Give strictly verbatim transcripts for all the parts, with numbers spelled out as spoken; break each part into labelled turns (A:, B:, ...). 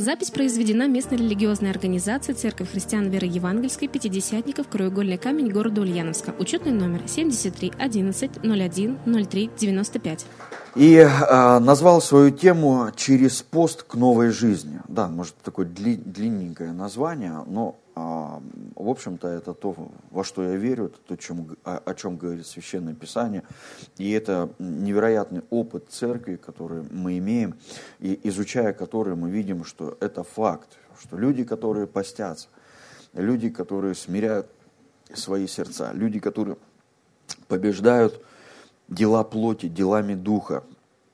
A: Запись произведена местной религиозной организацией «Церковь христиан веры евангельской пятидесятников, Краеугольный камень, города Ульяновска». Учетный номер семьдесят три одиннадцать ноль один ноль три девяносто пять.
B: И э, назвал свою тему «Через пост к новой жизни». Да, может, такое дли, длинненькое название, но, э, в общем-то, это то, во что я верю, это то, чем, о, о чем говорит Священное Писание. И это невероятный опыт церкви, который мы имеем, и изучая который мы видим, что это факт, что люди, которые постятся, люди, которые смиряют свои сердца, люди, которые побеждают дела плоти, делами духа.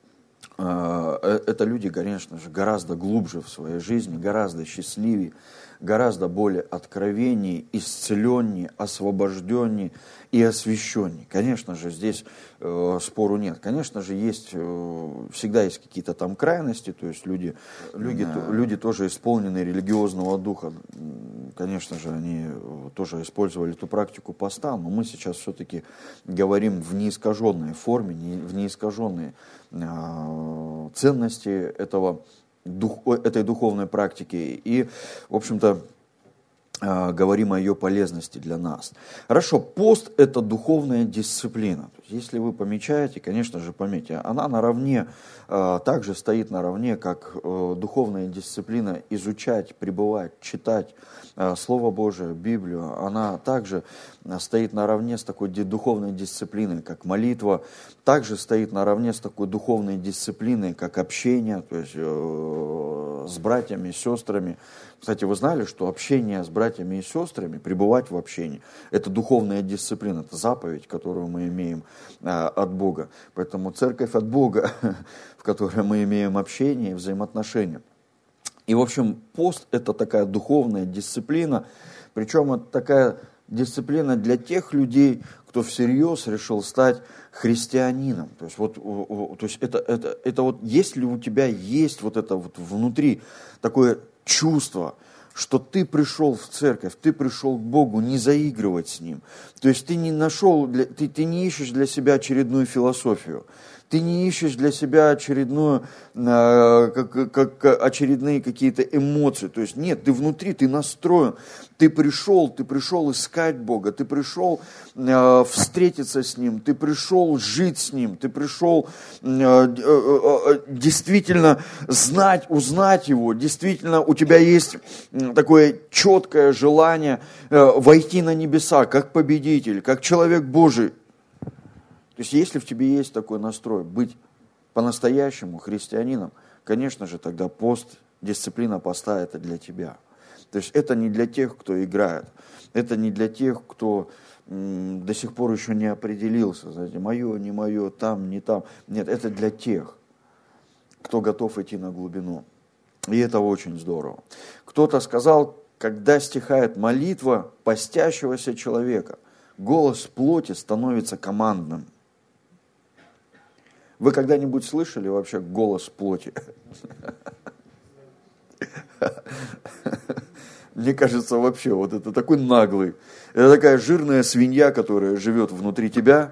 B: Это люди, конечно же, гораздо глубже в своей жизни, гораздо счастливее, гораздо более откровеннее, исцеленнее, освобожденнее и освященнее. Конечно же, здесь э, спору нет. Конечно же, есть, э, всегда есть какие-то там крайности, то есть люди, люди, yeah. люди тоже исполненные религиозного духа. Конечно же, они тоже использовали эту практику поста, но мы сейчас все-таки говорим в неискаженной форме, в неискаженной э, ценности этого Дух, этой духовной практики и, в общем-то, э, говорим о ее полезности для нас. Хорошо, пост – это духовная дисциплина. То есть, если вы помечаете, конечно же, пометьте, она наравне, э, также стоит наравне, как э, духовная дисциплина изучать, пребывать, читать э, Слово Божие, Библию. Она также стоит наравне с такой духовной дисциплиной, как молитва, также стоит наравне с такой духовной дисциплиной, как общение, то есть э, с братьями, сестрами. Кстати, вы знали, что общение с братьями и сестрами, пребывать в общении, это духовная дисциплина, это заповедь, которую мы имеем э, от Бога. Поэтому церковь от Бога, в которой мы имеем общение и взаимоотношения. И, в общем, пост – это такая духовная дисциплина, причем это такая дисциплина для тех людей, кто всерьез решил стать христианином. То есть, вот, то есть это, это, это вот, если у тебя есть вот это вот внутри такое чувство, что ты пришел в церковь, ты пришел к Богу не заигрывать с Ним. То есть ты не нашел, для, ты, ты не ищешь для себя очередную философию. Ты не ищешь для себя очередную, э, как, как, очередные какие-то эмоции. То есть нет, ты внутри, ты настроен. Ты пришел, ты пришел искать Бога, ты пришел э, встретиться с Ним, ты пришел жить с Ним, ты пришел э, э, э, действительно знать, узнать Его. Действительно у тебя есть такое четкое желание э, войти на небеса, как победитель, как человек Божий. То есть, если в тебе есть такой настрой, быть по-настоящему христианином, конечно же, тогда пост, дисциплина поста – это для тебя. То есть, это не для тех, кто играет, это не для тех, кто м, до сих пор еще не определился, знаете, мое, не мое, там, не там. Нет, это для тех, кто готов идти на глубину. И это очень здорово. Кто-то сказал, когда стихает молитва постящегося человека, голос плоти становится командным. Вы когда-нибудь слышали вообще голос плоти? Мне кажется, вообще, вот это такой наглый. Это такая жирная свинья, которая живет внутри тебя,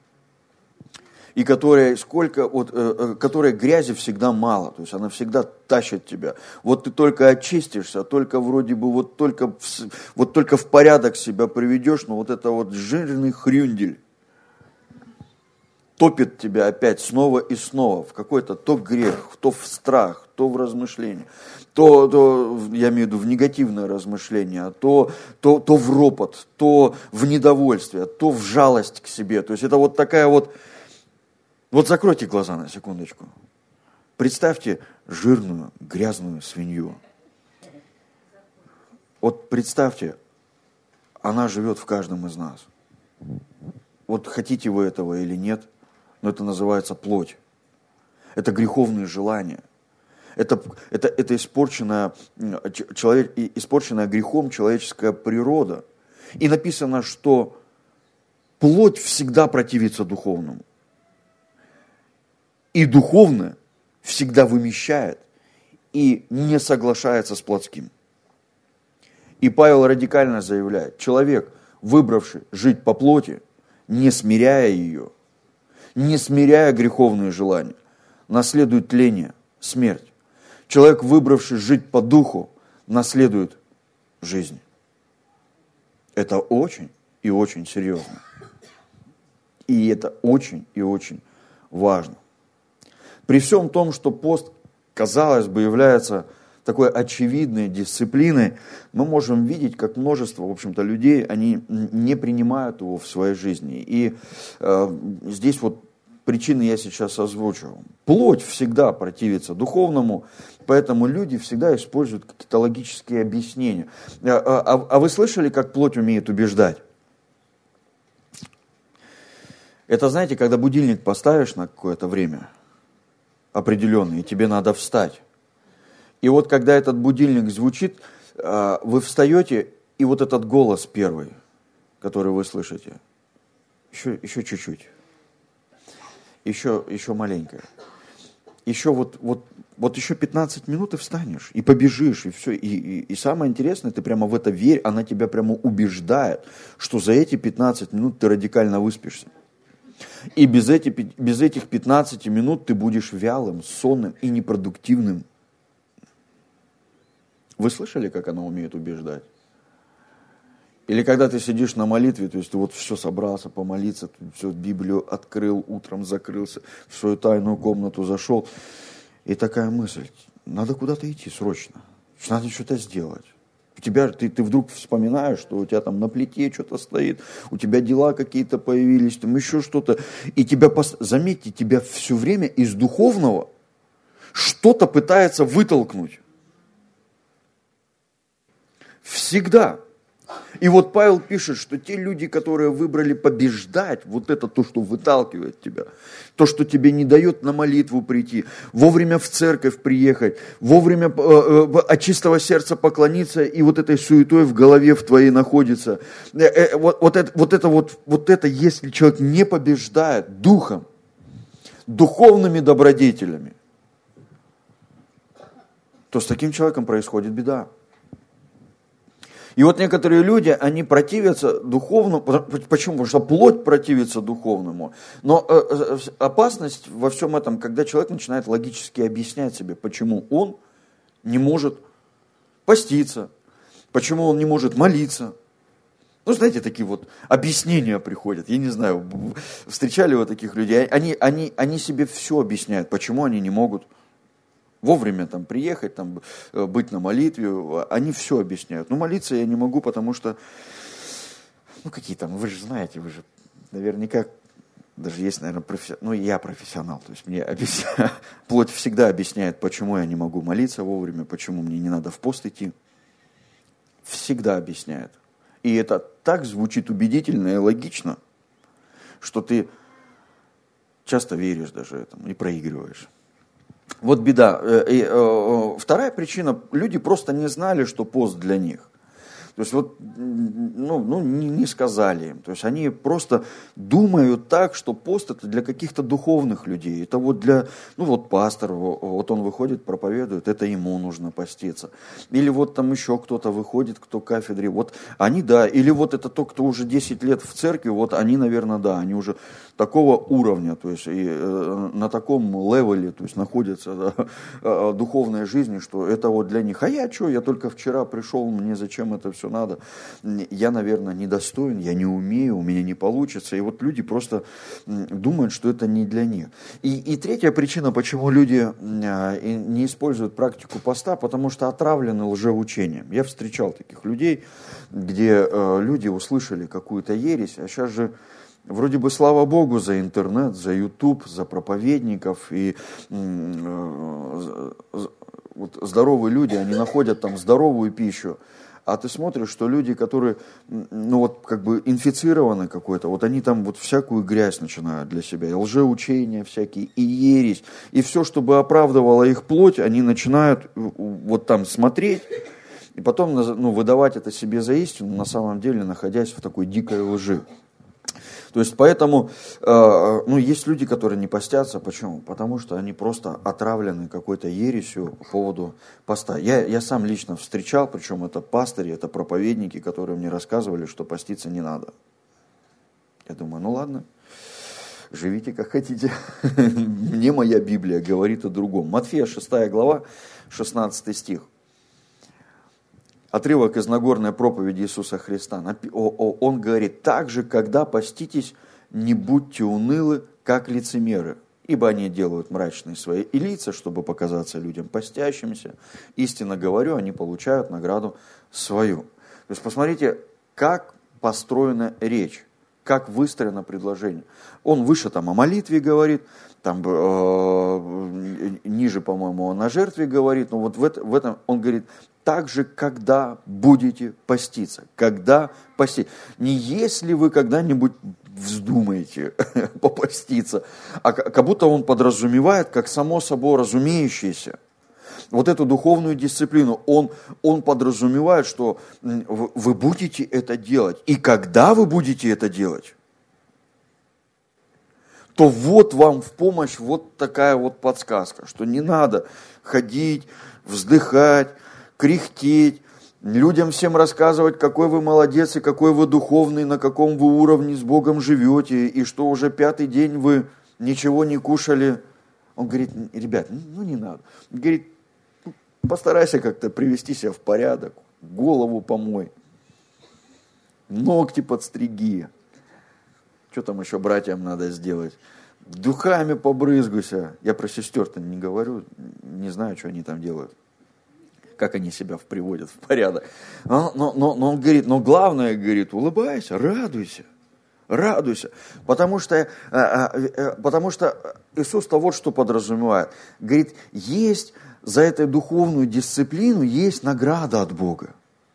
B: и которая, сколько, вот, э, которой грязи всегда мало, то есть она всегда тащит тебя. Вот ты только очистишься, только вроде бы, вот только, в, вот только в порядок себя приведешь, но вот это вот жирный хрюндель топит тебя опять снова и снова в какой-то то грех, то в страх, то в размышление, то, то я имею в виду в негативное размышление, то, то, то в ропот, то в недовольствие, то в жалость к себе. То есть это вот такая вот... Вот закройте глаза на секундочку. Представьте жирную, грязную свинью. Вот представьте, она живет в каждом из нас. Вот хотите вы этого или нет, но это называется плоть. Это греховные желания. Это, это, это испорченная, человек, испорченная грехом человеческая природа. И написано, что плоть всегда противится духовному. И духовное всегда вымещает и не соглашается с плотским. И Павел радикально заявляет, человек, выбравший жить по плоти, не смиряя ее, не смиряя греховные желания, наследует тление, смерть. Человек, выбравший жить по духу, наследует жизнь. Это очень и очень серьезно. И это очень и очень важно. При всем том, что пост, казалось бы, является такой очевидной дисциплиной, мы можем видеть, как множество, в общем-то, людей, они не принимают его в своей жизни. И э, здесь вот причины я сейчас озвучу. Плоть всегда противится духовному, поэтому люди всегда используют какие-то логические объяснения. А, а, а вы слышали, как плоть умеет убеждать? Это, знаете, когда будильник поставишь на какое-то время определенное, и тебе надо встать. И вот когда этот будильник звучит, вы встаете, и вот этот голос первый, который вы слышите, еще, еще чуть-чуть, еще, еще маленькое, еще вот, вот, вот еще пятнадцать минут и встанешь, и побежишь, и все. И, и, и самое интересное, ты прямо в это верь, она тебя прямо убеждает, что за эти пятнадцать минут ты радикально выспишься. И без, эти, без этих пятнадцати минут ты будешь вялым, сонным и непродуктивным. Вы слышали, как она умеет убеждать? Или когда ты сидишь на молитве, то есть ты вот все собрался помолиться, ты все, Библию открыл, утром закрылся, в свою тайную комнату зашел, и такая мысль, надо куда-то идти срочно, надо что-то сделать. У тебя, ты, ты вдруг вспоминаешь, что у тебя там на плите что-то стоит, у тебя дела какие-то появились, там еще что-то, и тебя, заметьте, тебя все время из духовного что-то пытается вытолкнуть. Всегда. И вот Павел пишет, что те люди, которые выбрали побеждать, вот это то, что выталкивает тебя, то, что тебе не дает на молитву прийти, вовремя в церковь приехать, вовремя э, э, от чистого сердца поклониться, и вот этой суетой в голове в твоей находится. Э, э, вот, вот, это, вот, это, вот, вот это, если человек не побеждает духом, духовными добродетелями, то с таким человеком происходит беда. И вот некоторые люди, они противятся духовному, почему? Потому что плоть противится духовному. Но э, опасность во всем этом, когда человек начинает логически объяснять себе, почему он не может поститься, почему он не может молиться. Ну, знаете, такие вот объяснения приходят. Я не знаю, встречали вы таких людей? Они, они, они себе все объясняют, почему они не могут вовремя там приехать, там, быть на молитве, они все объясняют. Ну, молиться я не могу, потому что, ну, какие там, вы же знаете, вы же наверняка, даже есть, наверное, профессионал, ну, я профессионал, то есть мне объясняют, плоть всегда объясняет, почему я не могу молиться вовремя, почему мне не надо в пост идти. Всегда объясняет. И это так звучит убедительно и логично, что ты часто веришь даже этому и проигрываешь. Вот беда. И, э, вторая причина, люди просто не знали, что пост для них. То есть вот, ну, ну не, не сказали им. То есть они просто думают так, что пост это для каких-то духовных людей. Это вот для, ну вот пастор, вот он выходит, проповедует, это ему нужно поститься. Или вот там еще кто-то выходит, кто к кафедре, вот они, да. Или вот это то, кто уже десять лет в церкви, вот они, наверное, да, они уже такого уровня, то есть и, э, на таком левеле, то есть находятся да, э, духовной жизни, что это вот для них. А я что, я только вчера пришел, мне зачем это все надо? Я, наверное, недостоин, я не умею, у меня не получится. И вот люди просто думают, что это не для них. И, и третья причина, почему люди не используют практику поста, потому что отравлены лжеучением. Я встречал таких людей, где э, люди услышали какую-то ересь, а сейчас же вроде бы, слава Богу, за интернет, за YouTube, за проповедников. И э, вот здоровые люди, они находят там здоровую пищу. А ты смотришь, что люди, которые, ну вот как бы инфицированы какой-то, вот они там вот всякую грязь начинают для себя, и лжеучения всякие, и ересь, и все, чтобы оправдывало их плоть, они начинают вот там смотреть, и потом ну, выдавать это себе за истину, на самом деле находясь в такой дикой лжи. То есть поэтому, э, ну, есть люди, которые не постятся. Почему? Потому что они просто отравлены какой-то ересью по поводу поста. Я, я сам лично встречал, причем это пастыри, это проповедники, которые мне рассказывали, что поститься не надо. Я думаю, ну ладно, живите как хотите. Мне моя Библия говорит о другом. Матфея шестая глава, шестнадцатый стих. Отрывок из Нагорной проповеди Иисуса Христа. Он говорит: «Также, когда поститесь, не будьте унылы, как лицемеры, ибо они делают мрачные свои лица, чтобы показаться людям постящимся. Истинно говорю, они получают награду свою». То есть посмотрите, как построена речь, как выстроено предложение. Он выше там о молитве говорит, там э, ниже, по-моему, он о жертве говорит, но вот в, это, в этом он говорит: также, когда будете поститься, когда поститься. Не если вы когда-нибудь вздумаете попоститься, а как будто он подразумевает, как само собой разумеющееся. Вот эту духовную дисциплину, он, он подразумевает, что вы будете это делать. И когда вы будете это делать, то вот вам в помощь вот такая вот подсказка, что не надо ходить, вздыхать, кряхтеть, людям всем рассказывать, какой вы молодец и какой вы духовный, на каком вы уровне с Богом живете, и что уже пятый день вы ничего не кушали. Он говорит: ребят, ну не надо. Он говорит: постарайся как-то привести себя в порядок, голову помой, ногти подстриги. Что там еще братьям надо сделать? Духами побрызгуйся. Я про сестер-то не говорю, не знаю, что они там делают, как они себя приводят в порядок. Но, но, но, но он говорит, но главное, говорит, улыбайся, радуйся, радуйся. Потому что, потому что Иисус-то вот что подразумевает. Говорит, есть за этой духовную дисциплину есть награда от Бога.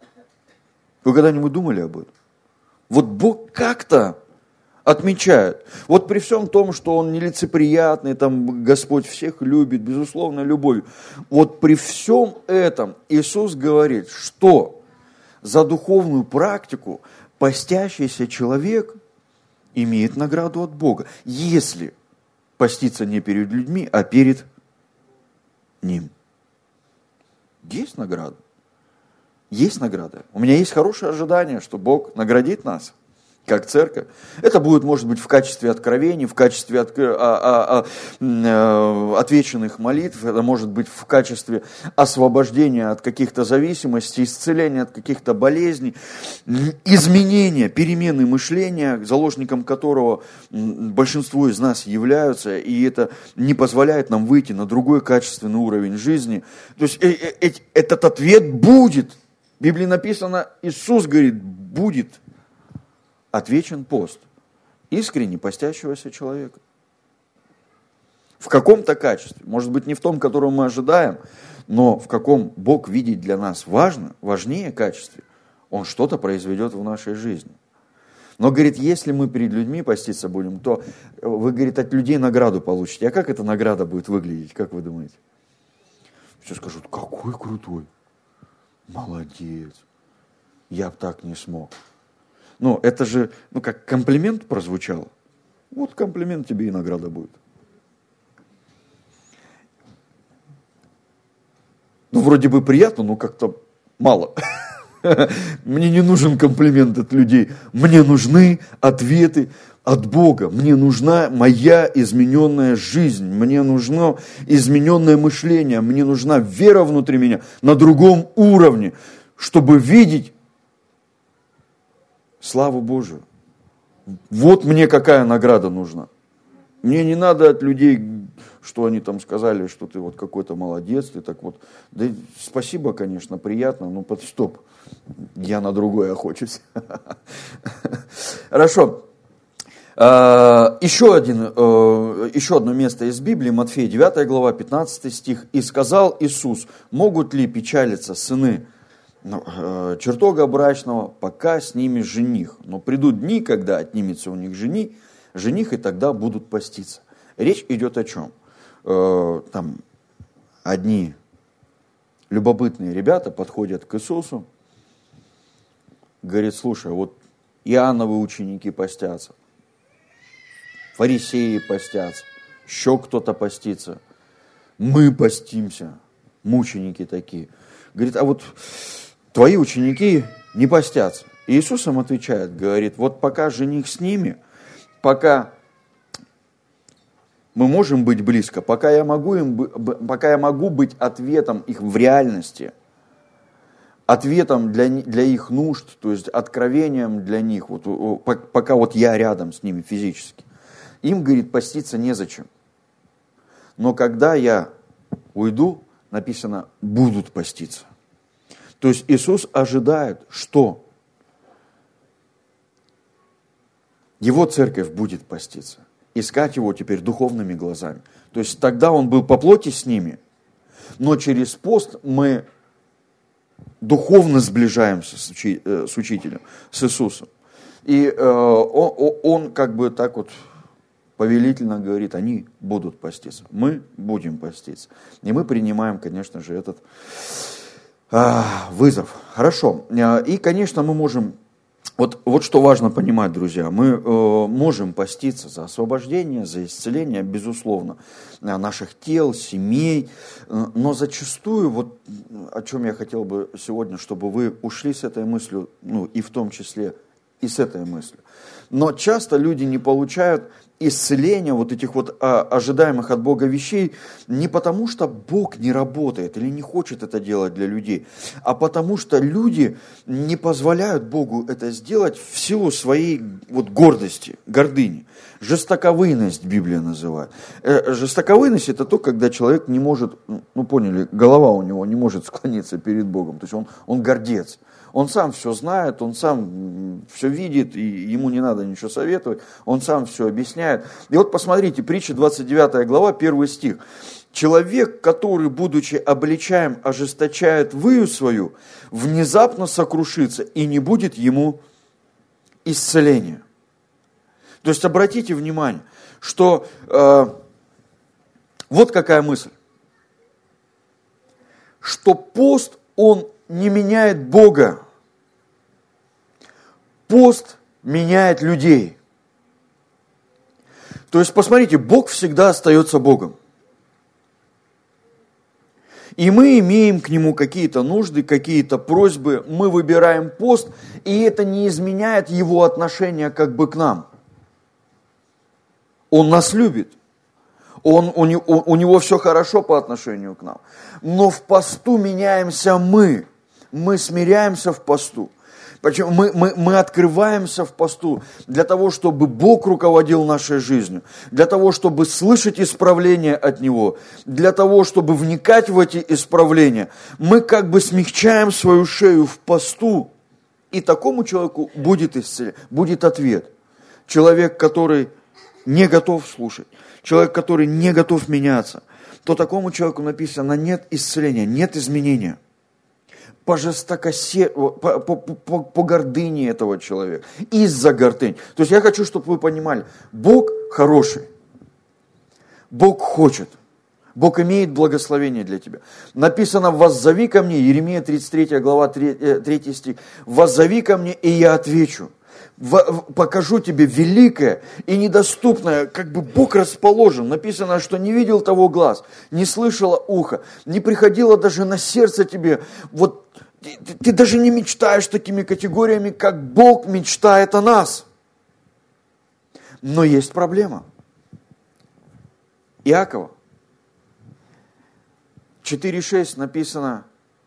B: Вы когда-нибудь думали об этом? Вот Бог как-то отмечает. Вот при всем том, что Он нелицеприятный, там Господь всех любит, безусловно, любовью. Вот при всем этом Иисус говорит, что за духовную практику постящийся человек имеет награду от Бога, если поститься не перед людьми, а перед Ним. Есть награда. Есть награда. У меня есть хорошее ожидание, что Бог наградит нас, как церковь. Это будет, может быть, в качестве откровений, в качестве от, а, а, а, отвеченных молитв, это может быть в качестве освобождения от каких-то зависимостей, исцеления от каких-то болезней, изменения, перемены мышления, заложником которого большинство из нас являются, и это не позволяет нам выйти на другой качественный уровень жизни. То есть э, э, этот ответ будет. В Библии написано, Иисус говорит, будет отвечен пост искренне постящегося человека. В каком-то качестве, может быть, не в том, которого мы ожидаем, но в каком Бог видит для нас важно, важнее качестве, Он что-то произведет в нашей жизни. Но, говорит, если мы перед людьми поститься будем, то вы, говорит, от людей награду получите. А как эта награда будет выглядеть, как вы думаете? Все скажут, какой крутой, молодец, я бы так не смог. Ну, это же, ну, как комплимент прозвучал. Вот комплимент тебе и награда будет. Ну, вроде бы приятно, но как-то мало. Мне не нужен комплимент от людей. Мне нужны ответы от Бога. Мне нужна моя измененная жизнь. Мне нужно измененное мышление. Мне нужна вера внутри меня на другом уровне, чтобы видеть славу Божию. Вот мне какая награда нужна. Мне не надо от людей, что они там сказали, что ты вот какой-то молодец, ты так вот. Да спасибо, конечно, приятно, но под стоп. Я на другое охочусь. Хорошо. Еще, один, еще одно место из Библии, Матфея девятая глава, пятнадцатый стих. «И сказал Иисус, могут ли печалиться сыны чертога брачного, пока с ними жених. Но придут дни, когда отнимется у них жени, жених, и тогда будут поститься». Речь идет о чем? Там одни любопытные ребята подходят к Иисусу, говорит, слушай, вот Иоанновы ученики постятся, фарисеи постятся, еще кто-то постится, мы постимся, мученики такие. Говорит, а вот твои ученики не постятся. И Иисус им отвечает, говорит, вот пока жених с ними, пока Мы можем быть близко, пока я могу, им, пока я могу быть ответом их в реальности, ответом для, для их нужд, то есть откровением для них, вот, пока вот я рядом с ними физически. Им, говорит, поститься незачем. Но когда я уйду, написано, будут поститься. То есть Иисус ожидает, что Его церковь будет поститься. Искать Его теперь духовными глазами. То есть тогда Он был по плоти с ними, но через пост мы духовно сближаемся с, учи, э, с Учителем, с Иисусом. И э, он, он как бы так вот повелительно говорит, они будут поститься. Мы будем поститься. И мы принимаем, конечно же, этот э, вызов. Хорошо. И, конечно, мы можем... Вот, вот что важно понимать, друзья, мы э, можем поститься за освобождение, за исцеление, безусловно, наших тел, семей, э, но зачастую, вот о чем я хотел бы сегодня, чтобы вы ушли с этой мыслью, ну и в том числе и с этой мыслью. Но часто люди не получают исцеления вот этих вот а, ожидаемых от Бога вещей не потому, что Бог не работает или не хочет это делать для людей, а потому что люди не позволяют Богу это сделать в силу своей вот гордости, гордыни. Жестоковыйность Библия называет. Э, жестоковыйность это то, когда человек не может, ну поняли, голова у него не может склониться перед Богом, то есть он, он гордец. Он сам все знает, он сам все видит, и ему не надо ничего советовать, он сам все объясняет. И вот посмотрите, притча двадцать девятая глава, первый стих. «Человек, который, будучи обличаем, ожесточает выю свою, внезапно сокрушится, и не будет ему исцеления». То есть обратите внимание, что э, вот какая мысль, что пост, он не меняет Бога. Пост меняет людей. То есть, посмотрите, Бог всегда остается Богом. И мы имеем к Нему какие-то нужды, какие-то просьбы, мы выбираем пост, и это не изменяет Его отношения как бы к нам. Он нас любит. Он, у, него, у Него все хорошо по отношению к нам. Но в посту меняемся мы. Мы смиряемся в посту. Почему? Мы, мы, мы открываемся в посту для того, чтобы Бог руководил нашей жизнью, для того, чтобы слышать исправление от Него, для того, чтобы вникать в эти исправления. Мы как бы смягчаем свою шею в посту, и такому человеку будет исцеление, будет ответ. Человек, который не готов слушать, человек, который не готов меняться, то такому человеку написано: нет исцеления, нет изменения. По жестокосе, по, по, по, по гордыне этого человека, из-за гордынь. То есть я хочу, чтобы вы понимали, Бог хороший, Бог хочет, Бог имеет благословение для тебя. Написано: «Воззови ко мне», Иеремия тридцать третья глава, третий стих, «Воззови ко мне, и я отвечу». Покажу тебе великое и недоступное, как бы Бог расположен. Написано, что не видел того глаз, не слышало ухо, не приходило даже на сердце тебе. Вот ты, ты даже не мечтаешь такими категориями, как Бог мечтает о нас. Но есть проблема. Иакова четыре шесть написано: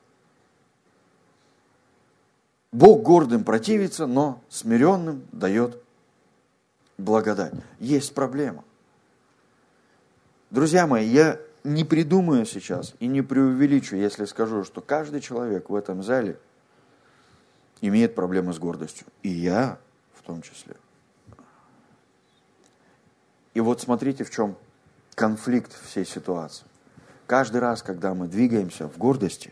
B: Бог гордым противится, но смиренным дает благодать. Есть проблема. Друзья мои, я не придумаю сейчас и не преувеличу, если скажу, что каждый человек в этом зале имеет проблемы с гордостью. И я в том числе. И вот смотрите, в чем конфликт всей ситуации. Каждый раз, когда мы двигаемся в гордости,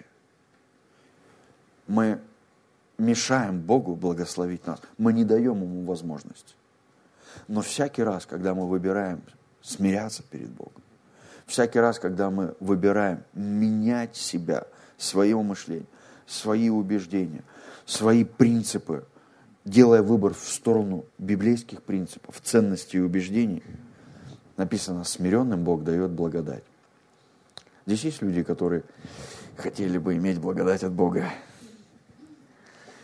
B: мы мешаем Богу благословить нас. Мы не даем Ему возможности. Но всякий раз, когда мы выбираем смиряться перед Богом, всякий раз, когда мы выбираем менять себя, свое мышление, свои убеждения, свои принципы, делая выбор в сторону библейских принципов, ценностей и убеждений, написано: смиренным Бог дает благодать. Здесь есть люди, которые хотели бы иметь благодать от Бога.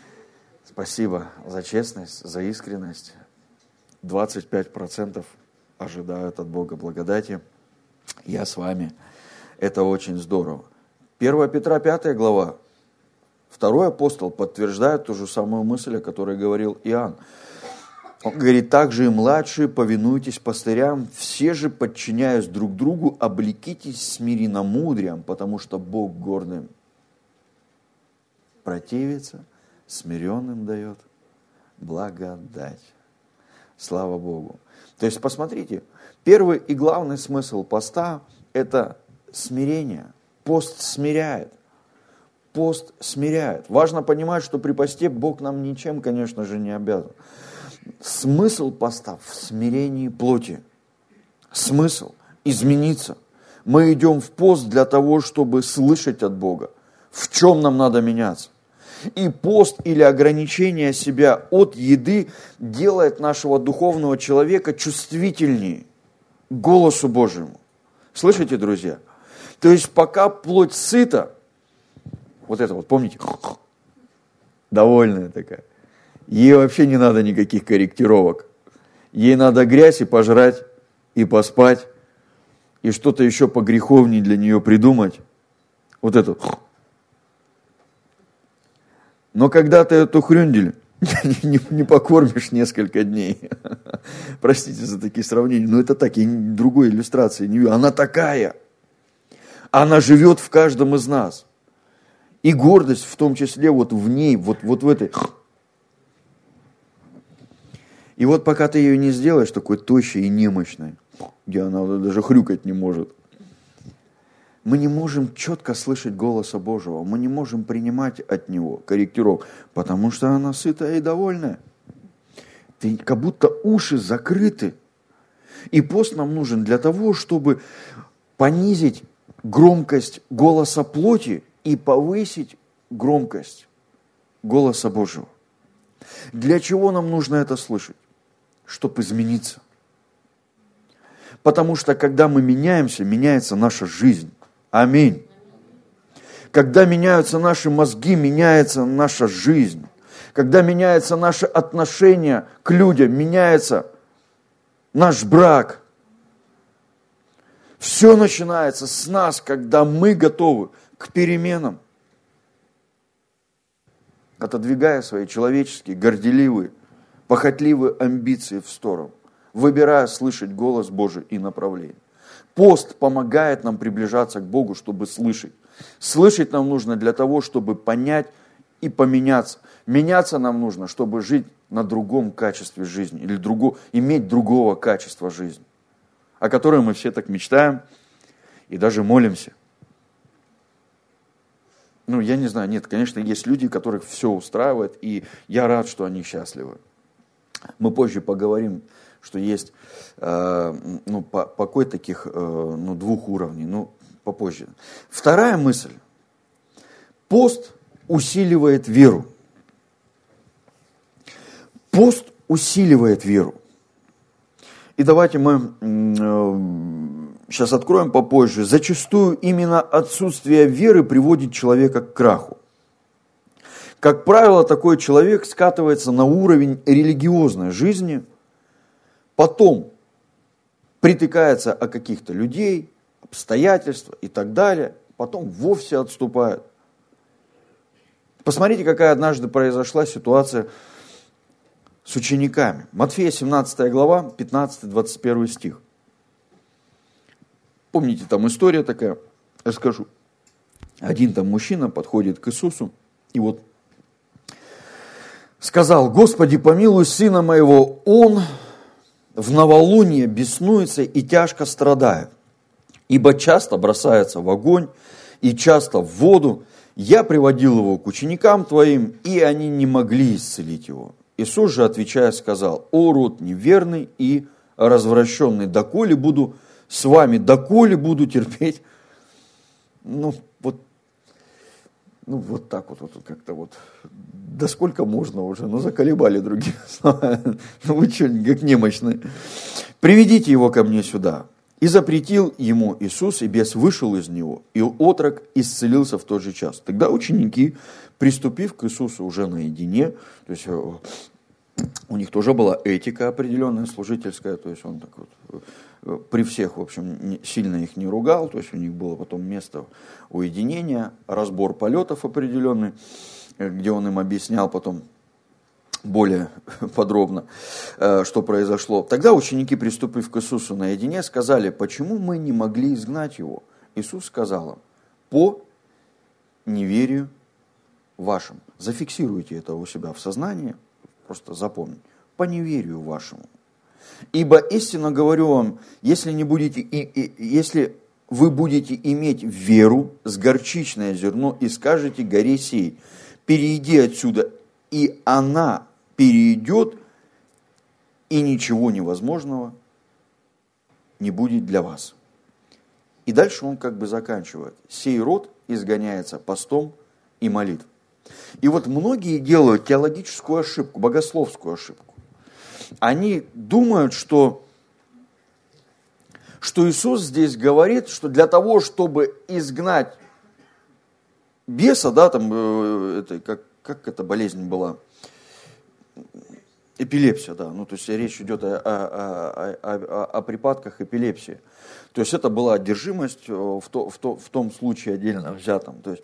B: Спасибо за честность, за искренность. двадцать пять процентов ожидают от Бога благодати. Я с вами. Это очень здорово. первое Петра, пятая глава. Второй апостол подтверждает ту же самую мысль, о которой говорил Иоанн. Он говорит, также и младшие, повинуйтесь пастырям, все же, подчиняясь друг другу, облекитесь смиренномудрием, потому что Бог гордым противится, смиренным дает благодать. Слава Богу. То есть, посмотрите, первый и главный смысл поста – это смирение. Пост смиряет. Пост смиряет. Важно понимать, что при посте Бог нам ничем, конечно же, не обязан. Смысл поста в смирении плоти. Смысл измениться. Мы идем в пост для того, чтобы слышать от Бога, в чем нам надо меняться. И пост или ограничение себя от еды делает нашего духовного человека чувствительнее к голосу Божьему. Слышите, друзья? То есть пока плоть сыта, вот это вот, помните, довольная такая, ей вообще не надо никаких корректировок. Ей надо грязь и пожрать, и поспать, и что-то еще погреховнее для нее придумать. Вот это. Но когда ты эту хрюндель не, не покормишь несколько дней, простите за такие сравнения, но это так, я другой иллюстрации не вижу. Она такая. Она живет в каждом из нас. И гордость в том числе вот в ней, вот, вот в этой. И вот пока ты ее не сделаешь такой тощей и немощной, где она даже хрюкать не может, мы не можем четко слышать голоса Божьего, мы не можем принимать от Него корректировок, потому что она сытая и довольная. Ты, как будто уши закрыты. И пост нам нужен для того, чтобы понизить громкость голоса плоти и повысить громкость голоса Божьего. Для чего нам нужно это слышать? Чтобы измениться. Потому что когда мы меняемся, меняется наша жизнь. Аминь. Когда меняются наши мозги, меняется наша жизнь. Когда меняется наше отношение к людям, меняется наш брак. Все начинается с нас, когда мы готовы к переменам. Отодвигая свои человеческие, горделивые, похотливые амбиции в сторону, выбирая слышать голос Божий и направление. Пост помогает нам приближаться к Богу, чтобы слышать. Слышать нам нужно для того, чтобы понять и поменяться. Меняться нам нужно, чтобы жить на другом качестве жизни, или другу, иметь другого качества жизни, о котором мы все так мечтаем и даже молимся. Ну, я не знаю, нет, конечно, есть люди, которых все устраивает, и я рад, что они счастливы. Мы позже поговорим, что есть э, ну, покой таких э, ну, двух уровней, ну, попозже. Вторая мысль. Пост усиливает веру. Пост усиливает веру. И давайте мы э, сейчас откроем попозже. Зачастую именно отсутствие веры приводит человека к краху. Как правило, такой человек скатывается на уровень религиозной жизни, потом притыкается о каких-то людей, обстоятельства и так далее, потом вовсе отступает. Посмотрите, какая однажды произошла ситуация с учениками. Матфея семнадцатая глава, пятнадцатый-двадцать первый стих. Помните, там история такая, расскажу. Один там мужчина подходит к Иисусу и вот сказал: «Господи, помилуй сына моего, он в новолуние беснуется и тяжко страдает, ибо часто бросается в огонь и часто в воду. Я приводил его к ученикам твоим, и они не могли исцелить его». Иисус же, отвечая, сказал: «О, род неверный и развращенный, доколе буду с вами, доколе буду терпеть». Ну, вот, ну, вот так вот, вот как-то вот. Да сколько можно уже, ну, заколебали другие слова. Ну, вы что, как немощные. «Приведите его ко мне сюда». И запретил ему Иисус, и бес вышел из него, и отрок исцелился в тот же час. Тогда ученики, приступив к Иисусу уже наедине, то есть у них тоже была этика определенная, служительская, то есть он так вот при всех, в общем, сильно их не ругал, то есть у них было потом место уединения, разбор полетов определенный, где он им объяснял потом более подробно, что произошло. Тогда ученики, приступив к Иисусу наедине, сказали: почему мы не могли изгнать его? Иисус сказал им: по неверию вашим. Зафиксируйте это у себя в сознании, просто запомните. По неверию вашему. Ибо истинно говорю вам, если, не будете, и, и, если вы будете иметь веру с горчичное зерно и скажете горе сей: перейди отсюда, и она перейдет, и ничего невозможного не будет для вас. И дальше он как бы заканчивает. Сей род изгоняется постом и молитвой. И вот многие делают теологическую ошибку, богословскую ошибку. Они думают, что, что Иисус здесь говорит, что для того, чтобы изгнать беса, да, там, это, как, как эта болезнь была? Эпилепсия, да. Ну, то есть речь идет о, о, о, о, о припадках эпилепсии. То есть это была одержимость в, то, в, то, в том случае отдельно взятом. То есть...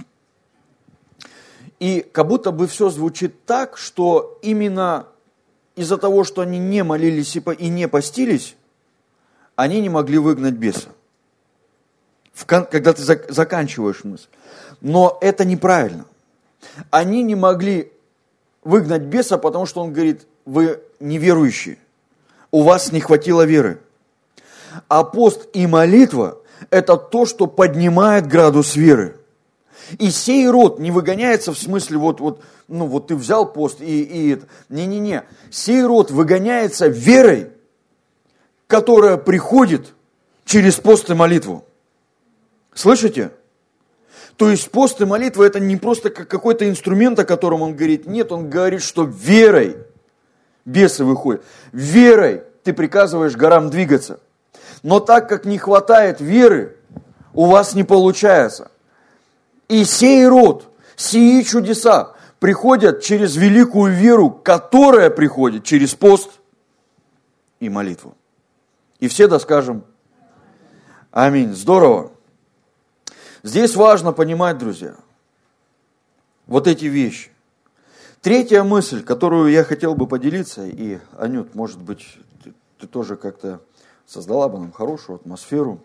B: И как будто бы все звучит так, что именно из-за того, что они не молились и не постились, они не могли выгнать беса. Когда ты заканчиваешь мысль. Но это неправильно. Они не могли выгнать беса, потому что он говорит: вы неверующие, у вас не хватило веры. А пост и молитва – это то, что поднимает градус веры. И сей род не выгоняется в смысле, вот, вот, ну, вот ты взял пост и, и это. Не-не-не. Сей род выгоняется верой, которая приходит через пост и молитву. Слышите? То есть пост и молитва – это не просто как какой-то инструмент, о котором он говорит. Нет, он говорит, что верой бесы выходят. Верой ты приказываешь горам двигаться. Но так как не хватает веры, у вас не получается. И сей род, сии чудеса приходят через великую веру, которая приходит через пост и молитву. И все да скажем аминь. Здорово. Здесь важно понимать, друзья, вот эти вещи. Третья мысль, которую я хотел бы поделиться, и, Анют, может быть, ты, ты тоже как-то создала бы нам хорошую атмосферу.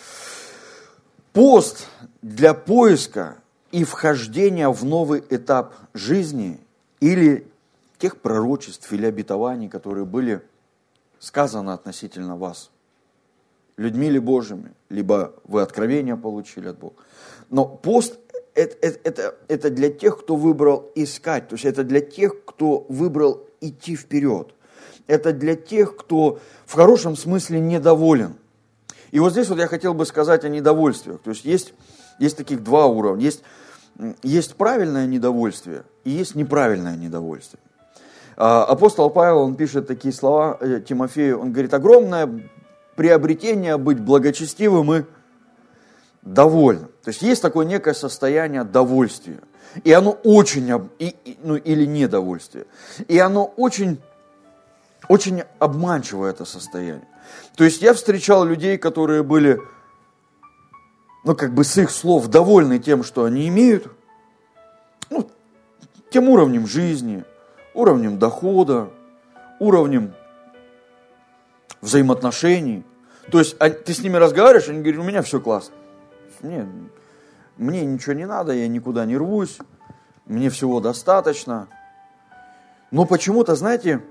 B: Пост для поиска и вхождения в новый этап жизни или тех пророчеств или обетований, которые были сказаны относительно вас, людьми ли Божьими, либо вы откровения получили от Бога. Но пост это, это, это, это для тех, кто выбрал искать, то есть это для тех, кто выбрал идти вперед. Это для тех, кто в хорошем смысле недоволен. И вот здесь вот я хотел бы сказать о недовольствиях. То есть есть, есть таких два уровня. Есть, есть правильное недовольствие и есть неправильное недовольствие. Апостол Павел, он пишет такие слова Тимофею, он говорит: огромное приобретение быть благочестивым и довольным. То есть есть такое некое состояние довольствия. И оно очень, и, ну, или недовольствие. И оно очень, очень обманчивое, это состояние. То есть я встречал людей, которые были, ну, как бы с их слов довольны тем, что они имеют, ну, тем уровнем жизни, уровнем дохода, уровнем взаимоотношений. То есть ты с ними разговариваешь, они говорят: у меня все классно. Мне, мне ничего не надо, я никуда не рвусь, мне всего достаточно. Но почему-то, знаете,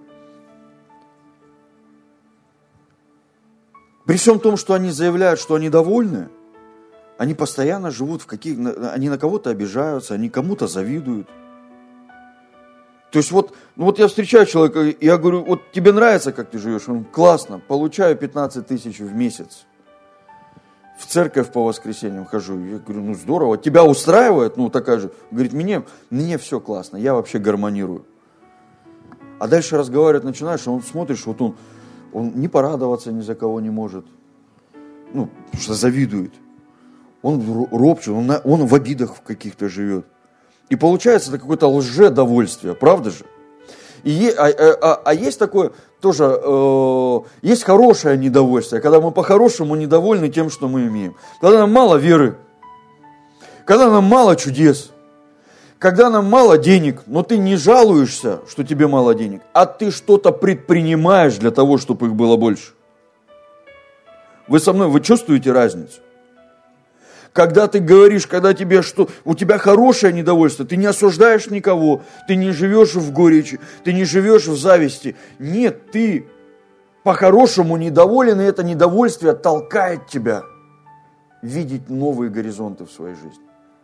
B: при всем том, что они заявляют, что они довольны, они постоянно живут в каких... Они на кого-то обижаются, они кому-то завидуют. То есть вот, ну вот я встречаю человека, я говорю: вот тебе нравится, как ты живешь? Он: классно, получаю пятнадцать тысяч в месяц. В церковь по воскресеньям хожу. Я говорю: ну здорово, тебя устраивает? Ну такая же. Говорит: мне, мне все классно, я вообще гармонирую. А дальше разговаривать начинаешь, а он смотришь, вот он, он не порадоваться ни за кого не может. Ну, потому что завидует. Он ропчет, он, он в обидах каких-то живет. И получается это какое-то лжедовольствие, правда же? И, а, а, а есть такое тоже, э, есть хорошее недовольствие, когда мы по-хорошему недовольны тем, что мы имеем. Когда нам мало веры, когда нам мало чудес, когда нам мало денег, но ты не жалуешься, что тебе мало денег, а ты что-то предпринимаешь для того, чтобы их было больше. Вы со мной, вы чувствуете разницу? Когда ты говоришь, когда тебе что, у тебя хорошее недовольство, ты не осуждаешь никого, ты не живешь в горечи, ты не живешь в зависти. Нет, ты по-хорошему недоволен, и это недовольствие толкает тебя видеть новые горизонты в своей жизни.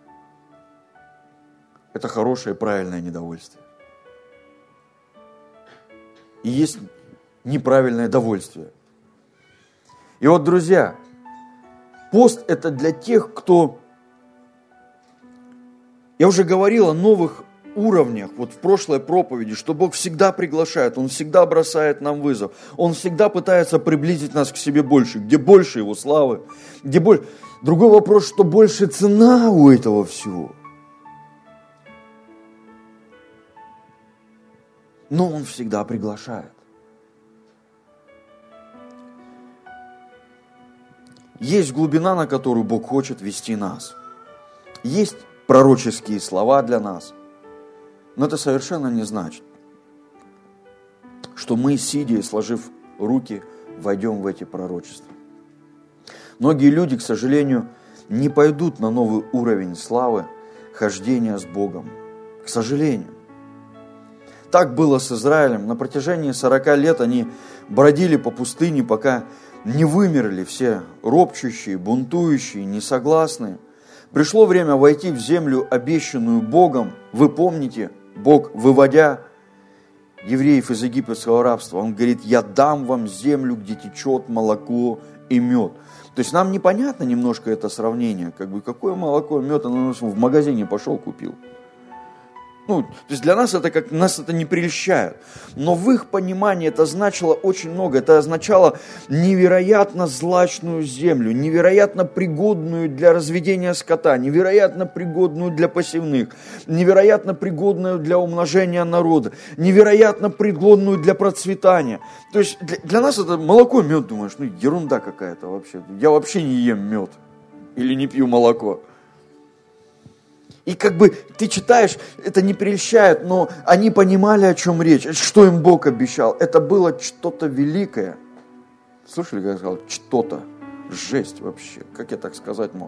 B: Это хорошее, правильное недовольствие. И есть неправильное довольствие. И вот, друзья, пост – это для тех, кто, я уже говорил о новых уровнях, вот в прошлой проповеди, что Бог всегда приглашает, Он всегда бросает нам вызов, Он всегда пытается приблизить нас к себе больше, где больше Его славы, где больше. Другой вопрос, что больше цена у этого всего. Но Он всегда приглашает. Есть глубина, на которую Бог хочет вести нас. Есть пророческие слова для нас. Но это совершенно не значит, что мы, сидя и сложив руки, войдем в эти пророчества. Многие люди, к сожалению, не пойдут на новый уровень славы, хождения с Богом. К сожалению. Так было с Израилем. На протяжении сорока лет они бродили по пустыне, пока не вымерли все ропчущие, бунтующие, несогласные. Пришло время войти в землю, обещанную Богом. Вы помните, Бог, выводя евреев из египетского рабства, Он говорит: я дам вам землю, где течет молоко и мед. То есть нам непонятно немножко это сравнение, как бы какое молоко и мед, оно в магазине пошел купил. Ну, то есть для нас это как нас это не прельщает. Но в их понимании это значило очень много. Это означало невероятно злачную землю, невероятно пригодную для разведения скота, невероятно пригодную для посевных, невероятно пригодную для умножения народа, невероятно пригодную для процветания. То есть для, для нас это молоко и мед, думаешь, ну ерунда какая-то вообще. Я вообще не ем мед или не пью молоко. И как бы ты читаешь, это не прельщает, но они понимали, о чем речь, что им Бог обещал. Это было что-то великое. Слышали, как я сказал? Что-то. Жесть вообще. Как я так сказать мог?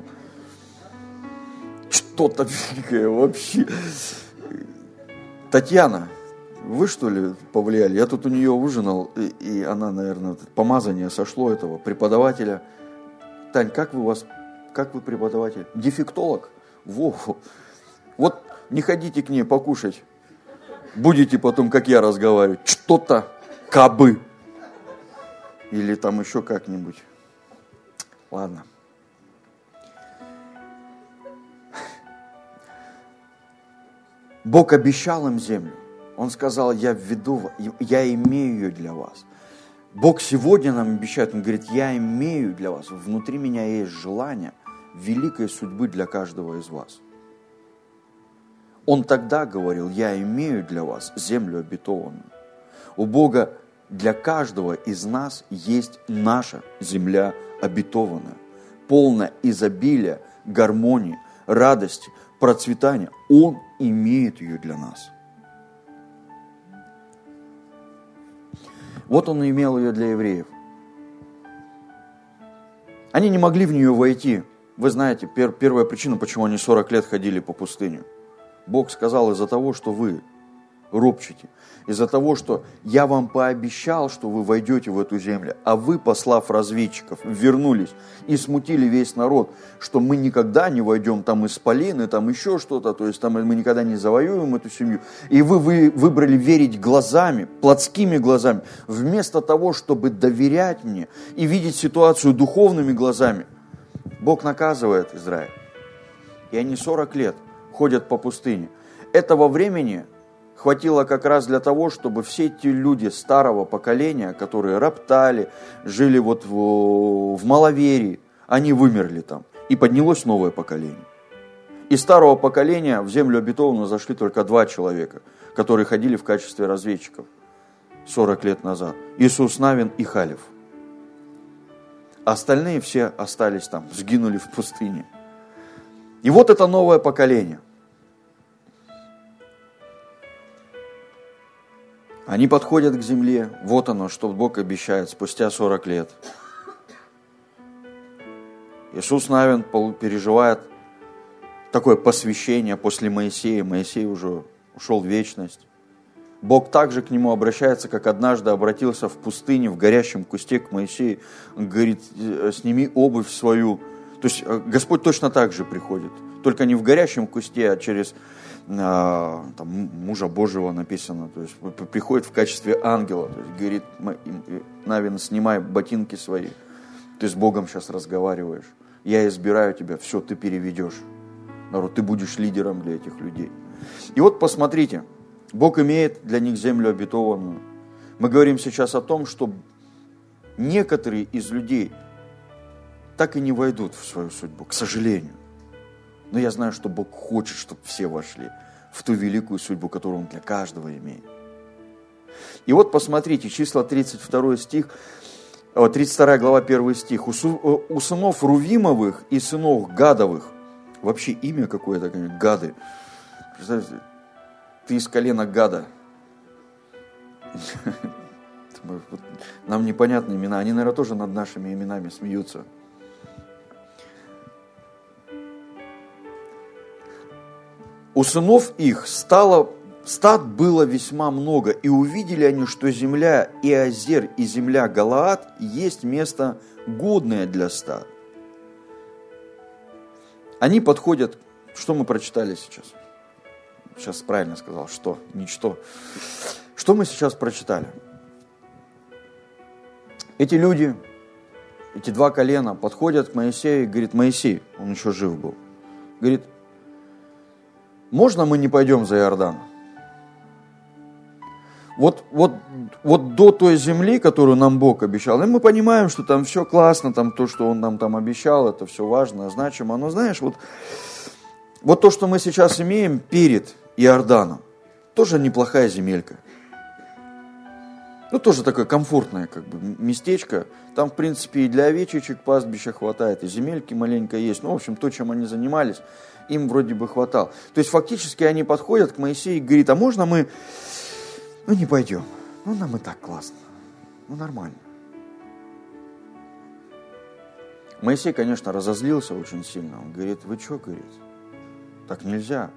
B: Что-то великое вообще. Татьяна, вы что ли повлияли? Я тут у нее ужинал, и, и она, наверное, помазание сошло этого преподавателя. Тань, как вы у вас, как вы преподаватель? Дефектолог? Во, вот не ходите к ней покушать, будете потом, как я разговаривать, что-то, кабы, или там еще как-нибудь. Ладно. Бог обещал им землю. Он сказал: я введу, я имею ее для вас. Бог сегодня нам обещает, Он говорит: я имею для вас, внутри меня есть желание великой судьбы для каждого из вас. Он тогда говорил: я имею для вас землю обетованную. У Бога для каждого из нас есть наша земля обетованная, полная изобилия, гармонии, радости, процветания. Он имеет ее для нас. Вот Он имел ее для евреев. Они не могли в нее войти. Вы знаете, пер, первая причина, почему они сорок лет ходили по пустыне. Бог сказал: из-за того, что вы ропчете, из-за того, что я вам пообещал, что вы войдете в эту землю, а вы, послав разведчиков, вернулись и смутили весь народ, что мы никогда не войдем, там исполины, там еще что-то, то есть там мы никогда не завоюем эту семью. И вы, вы выбрали верить глазами, плотскими глазами, вместо того, чтобы доверять мне и видеть ситуацию духовными глазами. Бог наказывает Израиль. И они сорок лет ходят по пустыне. Этого времени хватило как раз для того, чтобы все те люди старого поколения, которые роптали, жили вот в, в маловерии, они вымерли там. И поднялось новое поколение. Из старого поколения в землю обетованную зашли только два человека, которые ходили в качестве разведчиков сорок лет назад. Иисус Навин и Халев. Остальные все остались там, сгинули в пустыне. И вот это новое поколение. Они подходят к земле, вот оно, что Бог обещает спустя сорок лет. Иисус Навин переживает такое посвящение после Моисея. Моисей уже ушел в вечность. Бог также к нему обращается, как однажды обратился в пустыне, в горящем кусте к Моисею. Он говорит, сними обувь свою. То есть Господь точно так же приходит. Только не в горящем кусте, а через там, мужа Божьего написано. То есть приходит в качестве ангела. То есть говорит, Навин, снимай ботинки свои. Ты с Богом сейчас разговариваешь. Я избираю тебя, все, ты переведешь. Народ, ты будешь лидером для этих людей. И вот посмотрите, Бог имеет для них землю обетованную. Мы говорим сейчас о том, что некоторые из людей так и не войдут в свою судьбу, к сожалению. Но я знаю, что Бог хочет, чтобы все вошли в ту великую судьбу, которую Он для каждого имеет. И вот посмотрите, числа тридцать второй стих, тридцать вторая глава, первый стих. У сынов Рувимовых и сынов Гадовых, вообще имя какое-то, Гады. Представляете, ты из колена Гада. Нам непонятны имена. Они, наверное, тоже над нашими именами смеются. У сынов их стало, стад было весьма много, и увидели они, что земля Иозер и земля Галаад есть место годное для стад. Они подходят, что мы прочитали сейчас? Сейчас правильно сказал, что, ничто. Что мы сейчас прочитали? Эти люди, эти два колена подходят к Моисею и говорит, Моисей, он еще жив был, говорит, можно мы не пойдем за Иордан? Вот, вот, вот до той земли, которую нам Бог обещал, и мы понимаем, что там все классно, там то, что Он нам там обещал, это все важно, значимо, но знаешь, вот, вот то, что мы сейчас имеем перед Иорданом, тоже неплохая земелька. Ну, тоже такое комфортное как бы местечко. Там, в принципе, и для овечечек пастбища хватает, и земельки маленько есть. Ну, в общем, то, чем они занимались, им вроде бы хватало. То есть, фактически, они подходят к Моисею и говорят, а можно мы, ну, не пойдем? Ну, нам и так классно. Ну, нормально. Моисей, конечно, разозлился очень сильно. Он говорит, вы что, говорит, так нельзя.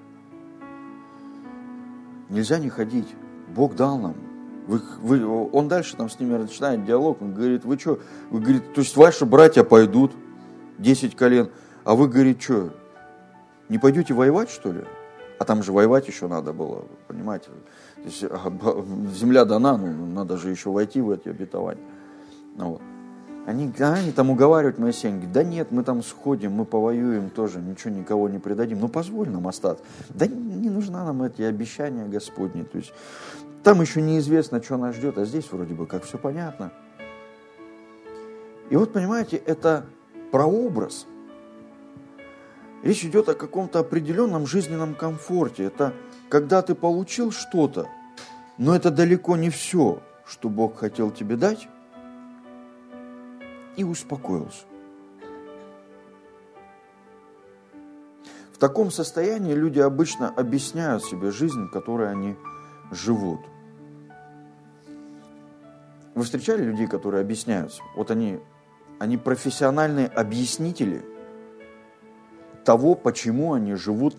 B: Нельзя не ходить. Бог дал нам. Вы, вы, он дальше там с ними начинает диалог. Он говорит, вы что? Вы, говорит, то есть ваши братья пойдут, десять колен, а вы, говорит, что, не пойдете воевать, что ли? А там же воевать еще надо было, понимаете? То есть, земля дана, ну, надо же еще войти в эти обетования. Ну, вот. Они, они там уговаривают Моисея, говорят, да нет, мы там сходим, мы повоюем тоже, ничего никого не предадим, ну позволь нам остаться. Да не, не нужна нам эти обещания Господни, то есть там еще неизвестно, что нас ждет, а здесь вроде бы как все понятно. И вот понимаете, это прообраз. Речь идет о каком-то определенном жизненном комфорте. Это когда ты получил что-то, но это далеко не все, что Бог хотел тебе дать, и успокоился. В таком состоянии люди обычно объясняют себе жизнь, в которой они живут. Вы встречали людей, которые объясняются? Вот они, они профессиональные объяснители того, почему они живут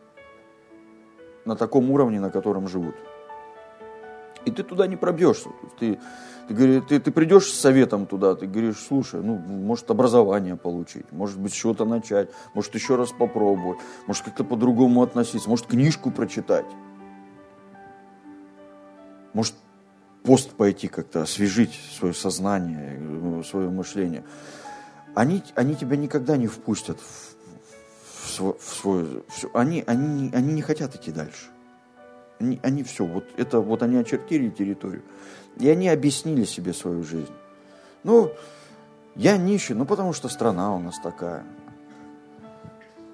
B: на таком уровне, на котором живут. И ты туда не пробьешься. Ты, ты, ты, ты придешь с советом туда, ты говоришь, слушай, ну, может, образование получить, может быть, с чего-то начать, может, еще раз попробовать, может, как-то по-другому относиться, может, книжку прочитать, может, пост пойти как-то, освежить свое сознание, свое мышление. Они, они тебя никогда не впустят в, в, свой, в свой... Они, они, они не хотят идти дальше. Они, они все, вот это вот они очертили территорию, и они объяснили себе свою жизнь. Ну, я нищий, ну потому что страна у нас такая.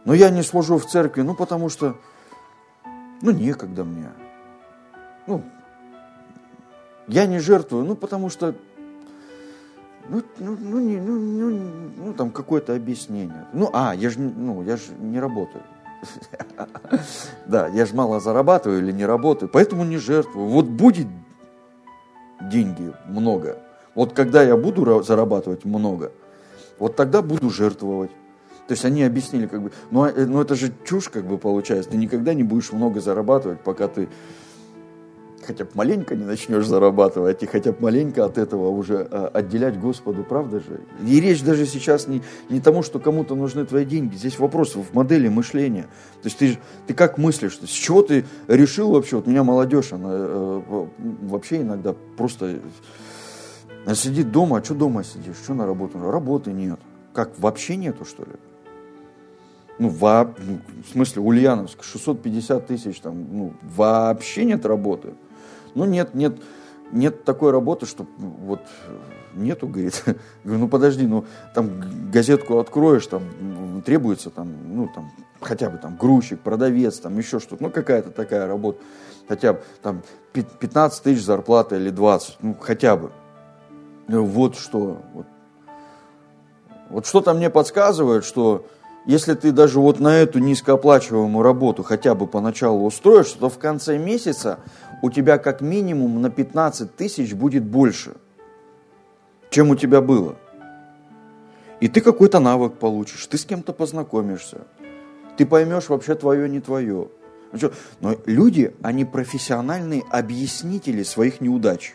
B: Но я не служу в церкви, ну, потому что, ну, некогда мне. Ну, я не жертвую, ну, потому что, ну, ну, ну, не, ну, ну, ну там какое-то объяснение. Ну, а, я же, ну, я же не работаю. Да, я же мало зарабатываю или не работаю, поэтому не жертвую. Вот будет деньги много, вот когда я буду зарабатывать много, вот тогда буду жертвовать. То есть они объяснили, как бы, ну, ну это же чушь, как бы, получается. Ты никогда не будешь много зарабатывать, пока ты хотя бы маленько не начнешь зарабатывать, и хотя бы маленько от этого уже отделять Господу, правда же? И речь даже сейчас не, не тому, что кому-то нужны твои деньги. Здесь вопрос в модели мышления. То есть ты, ты как мыслишь, с чего ты решил вообще? Вот у меня молодежь, она э, вообще иногда просто сидит дома, а что дома сидишь, что на работу? Работы нет. Как, вообще нету, что ли? Ну, во, в смысле, Ульяновск, шестьсот пятьдесят тысяч, там, ну, вообще нет работы. Ну, нет, нет, нет такой работы, что вот нету, говорит. Говорю, ну, подожди, ну, там газетку откроешь, там требуется, там, ну, там, хотя бы там грузчик, продавец, там еще что-то, ну, какая-то такая работа. Хотя бы там пятнадцать тысяч зарплата или двадцать, ну, хотя бы. Вот что, вот, вот что-то мне подсказывает, что если ты даже вот на эту низкооплачиваемую работу хотя бы поначалу устроишь, то в конце месяца у тебя как минимум на пятнадцать тысяч будет больше, чем у тебя было. И ты какой-то навык получишь, ты с кем-то познакомишься, ты поймешь вообще твое, не твое. Но люди, они профессиональные объяснители своих неудач.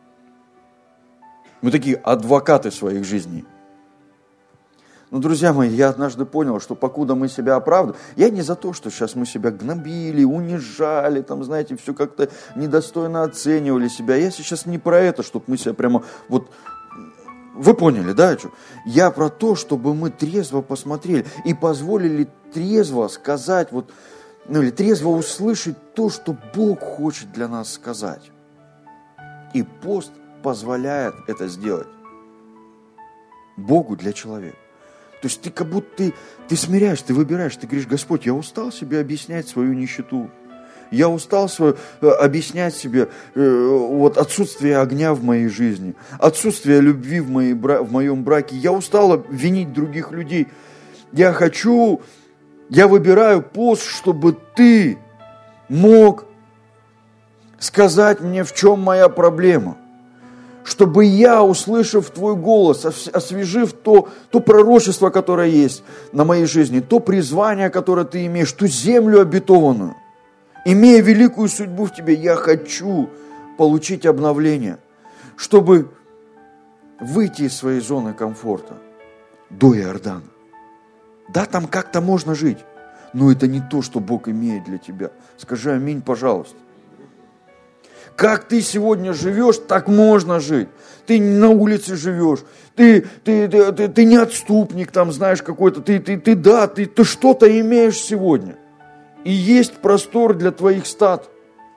B: Мы такие адвокаты своих жизней. Ну, друзья мои, я однажды понял, что покуда мы себя оправдываем, я не за то, что сейчас мы себя гнобили, унижали, там, знаете, все как-то недостойно оценивали себя. Я сейчас не про это, чтобы мы себя прямо вот... Вы поняли, да? Я про то, чтобы мы трезво посмотрели и позволили трезво сказать, вот, ну, или трезво услышать то, что Бог хочет для нас сказать. И пост позволяет это сделать. Богу для человека. То есть ты как будто ты, ты смиряешь, ты выбираешь, ты говоришь: Господь, я устал себе объяснять свою нищету. Я устал свою, объяснять себе э, вот, отсутствие огня в моей жизни, отсутствие любви в, моей, в моем браке. Я устал винить других людей. Я хочу, я выбираю пост, чтобы ты мог сказать мне, в чем моя проблема. Чтобы я, услышав твой голос, освежив то, то пророчество, которое есть на моей жизни, то призвание, которое ты имеешь, ту землю обетованную, имея великую судьбу в тебе, я хочу получить обновление, чтобы выйти из своей зоны комфорта до Иордана. Да, там как-то можно жить, но это не то, что Бог имеет для тебя. Скажи аминь, пожалуйста. Как ты сегодня живешь, так можно жить. Ты на улице живешь, ты, ты, ты, ты, ты не отступник, там, знаешь, какой-то, ты, ты, ты да, ты, ты что-то имеешь сегодня. И есть простор для твоих стад.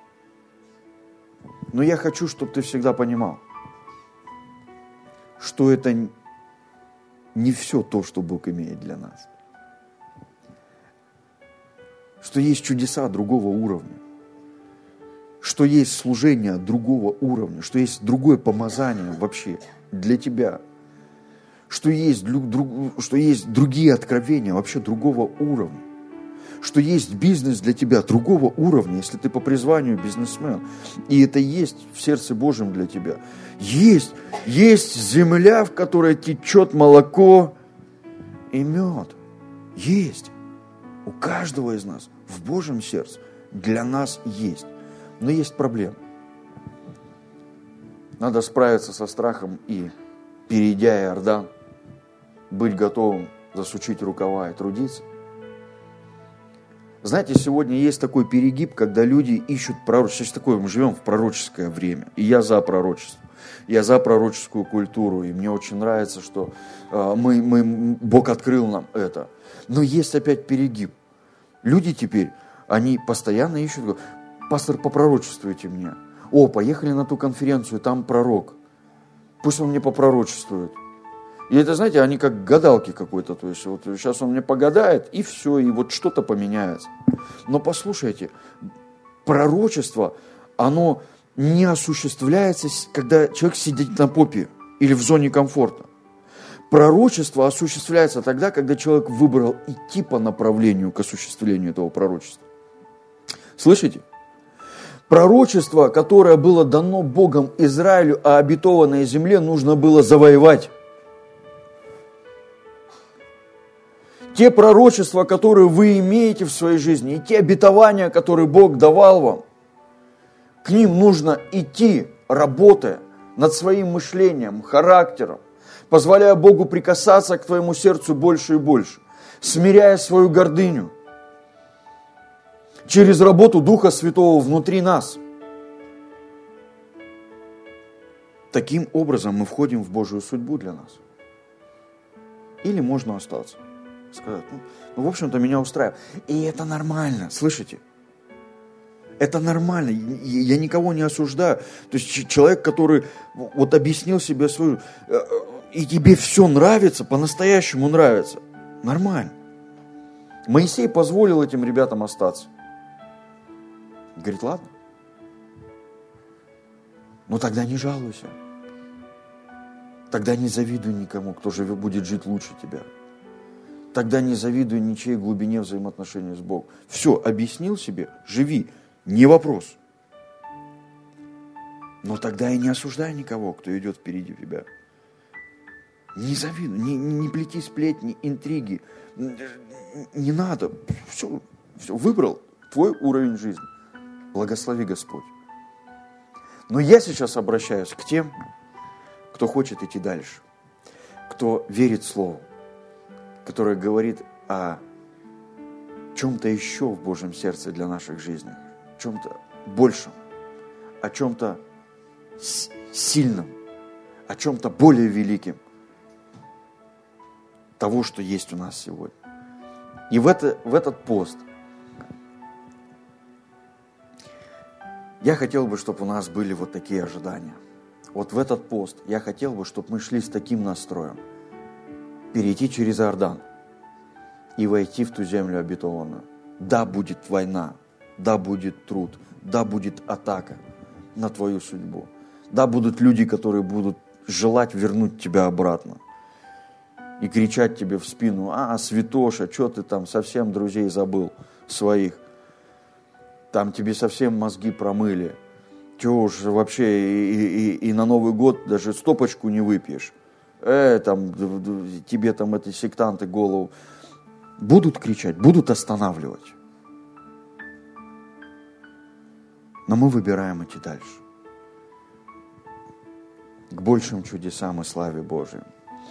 B: Но я хочу, чтобы ты всегда понимал, что это не все то, что Бог имеет для нас. Что есть чудеса другого уровня. Что есть служение другого уровня, что есть другое помазание вообще для тебя, что есть, что есть другие откровения вообще другого уровня, что есть бизнес для тебя другого уровня, если ты по призванию бизнесмен, и это есть в сердце Божьем для тебя. Есть, есть земля, в которой течет молоко и мед. Есть. У каждого из нас в Божьем сердце для нас есть. Но есть проблема. Надо справиться со страхом и, перейдя Иордан, быть готовым засучить рукава и трудиться. Знаете, сегодня есть такой перегиб, когда люди ищут пророчество. Сейчас такое, мы живем в пророческое время, и я за пророчество. Я за пророческую культуру, и мне очень нравится, что э, мы, мы, Бог открыл нам это. Но есть опять перегиб. Люди теперь, они постоянно ищут... Пастор, попророчествуйте мне. О, поехали на ту конференцию, там пророк. Пусть он мне попророчествует. И это, знаете, они как гадалки какой-то. То есть вот сейчас он мне погадает, и все, и вот что-то поменяется. Но послушайте, пророчество, оно не осуществляется, когда человек сидит на попе или в зоне комфорта. Пророчество осуществляется тогда, когда человек выбрал идти по направлению к осуществлению этого пророчества. Слышите? Пророчество, которое было дано Богом Израилю о обетованной земле, нужно было завоевать. Те пророчества, которые вы имеете в своей жизни, и те обетования, которые Бог давал вам, к ним нужно идти, работая над своим мышлением, характером, позволяя Богу прикасаться к твоему сердцу больше и больше, смиряя свою гордыню через работу Духа Святого внутри нас. Таким образом мы входим в Божию судьбу для нас. Или можно остаться, сказать, ну, ну в общем-то, меня устраивает. И это нормально, слышите? Это нормально, я никого не осуждаю. То есть человек, который вот объяснил себе свою, и тебе все нравится, по-настоящему нравится, нормально. Моисей позволил этим ребятам остаться. Говорит, ладно. Ну тогда не жалуйся. Тогда не завидуй никому, кто же будет жить лучше тебя. Тогда не завидуй ничьей глубине взаимоотношений с Богом. Все, объяснил себе, живи. Не вопрос. Но тогда и не осуждай никого, кто идет впереди тебя. Не завидуй, не, не плети сплетни, интриги. Не надо. Все, все, выбрал твой уровень жизни. Благослови Господь. Но я сейчас обращаюсь к тем, кто хочет идти дальше. Кто верит Слову. Который говорит о чем-то еще в Божьем сердце для наших жизней. О чем-то большем, о чем-то сильном, о чем-то более великим того, что есть у нас сегодня. И в, это, в этот пост я хотел бы, чтобы у нас были вот такие ожидания. Вот в этот пост я хотел бы, чтобы мы шли с таким настроем. Перейти через Иордан и войти в ту землю обетованную. Да, будет война. Да, будет труд, да, будет атака на твою судьбу. Да, будут люди, которые будут желать вернуть тебя обратно. И кричать тебе в спину, а, святоша, что ты там совсем друзей забыл своих? Там тебе совсем мозги промыли. Чего уж вообще и, и, и на Новый год даже стопочку не выпьешь. Э, там, тебе там эти сектанты голову. Будут кричать, будут останавливать. Но мы выбираем идти дальше. К большим чудесам и славе Божией.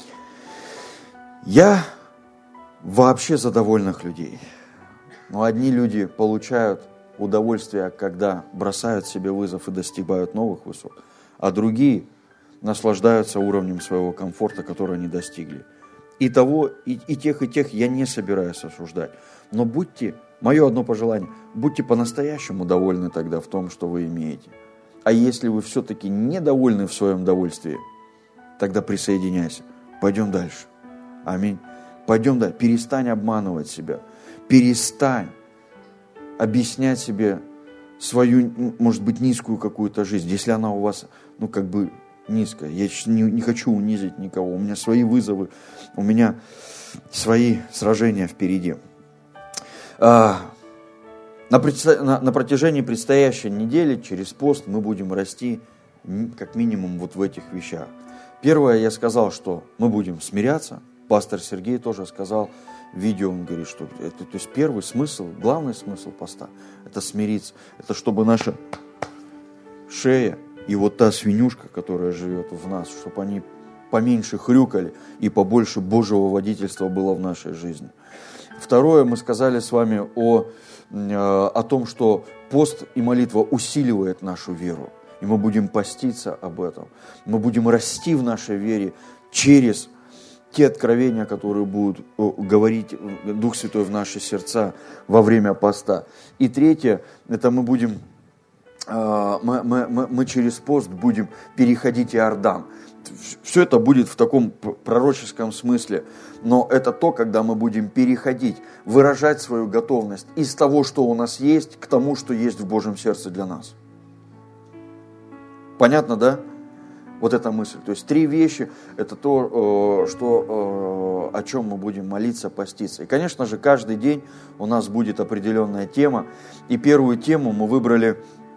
B: Я вообще за довольных людей. Но одни люди получают удовольствие, когда бросают себе вызов и достигают новых высот, а другие наслаждаются уровнем своего комфорта, который они достигли. И того, и, и тех, и тех я не собираюсь осуждать. Но будьте, мое одно пожелание, будьте по-настоящему довольны тогда в том, что вы имеете. А если вы все-таки недовольны в своем довольствии, тогда присоединяйся. Пойдем дальше. Аминь. Пойдем дальше. Перестань обманывать себя. Перестань объяснять себе свою, может быть, низкую какую-то жизнь, если она у вас, ну, как бы низкая. Я не, не хочу унизить никого. У меня свои вызовы, у меня свои сражения впереди. А, на, предсто... на, на протяжении предстоящей недели через пост мы будем расти как минимум вот в этих вещах. Первое, я сказал, что мы будем смиряться. Пастор Сергей тоже сказал в видео, он говорит, что это, то есть первый смысл, главный смысл поста – это смириться. Это чтобы наша шея и вот та свинюшка, которая живет в нас, чтобы они поменьше хрюкали и побольше Божьего водительства было в нашей жизни. Второе, мы сказали с вами о, о том, что пост и молитва усиливает нашу веру. И мы будем поститься об этом. Мы будем расти в нашей вере через те откровения, которые будут говорить Дух Святой в наши сердца во время поста. И третье, это мы будем, мы, мы, мы, мы через пост будем переходить Иордан. все это будет в таком пророческом смысле, но это то, когда мы будем переходить, выражать свою готовность из того, что у нас есть, к тому, что есть в Божьем сердце для нас. Понятно, да? Вот эта мысль. То есть три вещи – это то, что, о чем мы будем молиться, поститься. И, конечно же, каждый день у нас будет определенная тема. И первую тему мы выбрали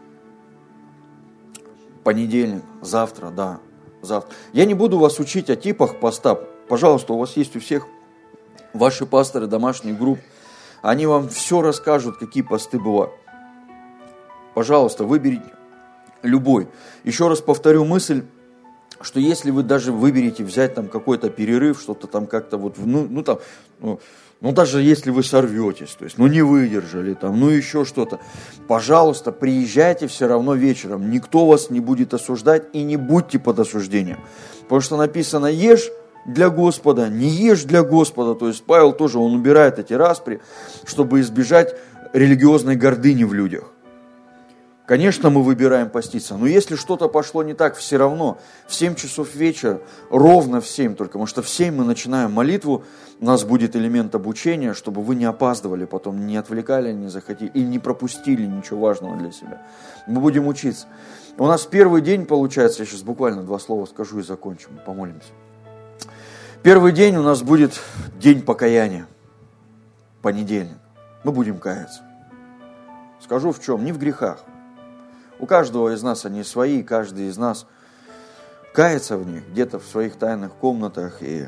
B: понедельник, завтра, да, завтра. Я не буду вас учить о типах поста. Пожалуйста, у вас есть у всех ваши пасторы домашних групп. Они вам все расскажут, какие посты бывают. Пожалуйста, выберите любой. Еще раз повторю мысль, что если вы даже выберете взять там какой-то перерыв, что-то там как-то вот, ну, ну там, ну, ну даже если вы сорветесь, то есть, ну не выдержали там, ну еще что-то, пожалуйста, приезжайте все равно вечером, никто вас не будет осуждать и не будьте под осуждением, потому что написано «ешь для Господа, не ешь для Господа», то есть Павел тоже, он убирает эти распри, чтобы избежать религиозной гордыни в людях. Конечно, мы выбираем поститься, но если что-то пошло не так, все равно в семь часов вечера, ровно в семь только, потому что в семь мы начинаем молитву, у нас будет элемент обучения, чтобы вы не опаздывали, потом не отвлекали, не захотели и не пропустили ничего важного для себя. Мы будем учиться. У нас первый день получается, я сейчас буквально два слова скажу и закончим, помолимся. Первый день у нас будет день покаяния, понедельник. Мы будем каяться. Скажу в чем, не в грехах. У каждого из нас они свои, каждый из нас кается в них, где-то в своих тайных комнатах. И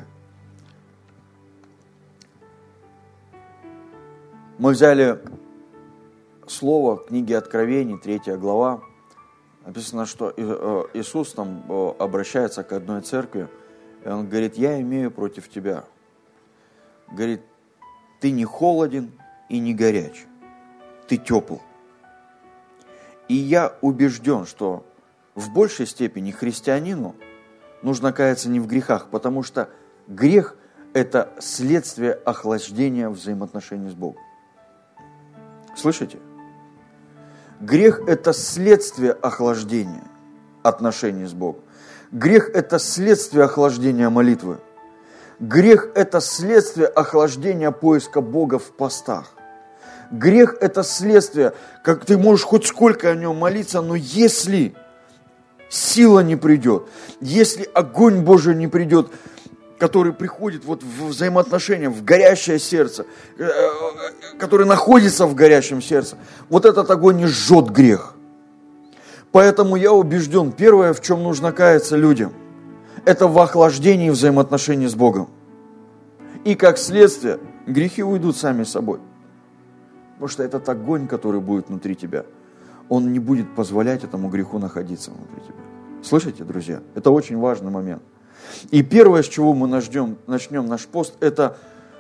B: мы взяли слово книги Откровений, третья глава. Написано, что Иисус там обращается к одной церкви, и Он говорит: «Я имею против тебя». Говорит: «Ты не холоден и не горяч, ты тепл». И я убежден, что в большей степени христианину нужно каяться не в грехах, потому что грех – это следствие охлаждения взаимоотношений с Богом. Слышите? Грех – это следствие охлаждения отношений с Богом. Грех – это следствие охлаждения молитвы. Грех – это следствие охлаждения поиска Бога в постах. Грех – это следствие, как ты можешь хоть сколько о нем молиться, но если сила не придет, если огонь Божий не придет, который приходит вот в взаимоотношения, в горящее сердце, который находится в горящем сердце, вот этот огонь не жжет грех. Поэтому я убежден, первое, в чем нужно каяться людям, это в охлаждении взаимоотношений с Богом. И как следствие, грехи уйдут сами собой. Потому что этот огонь, который будет внутри тебя, он не будет позволять этому греху находиться внутри тебя. Слышите, друзья? Это очень важный момент. И первое, с чего мы начнем, начнем наш пост, это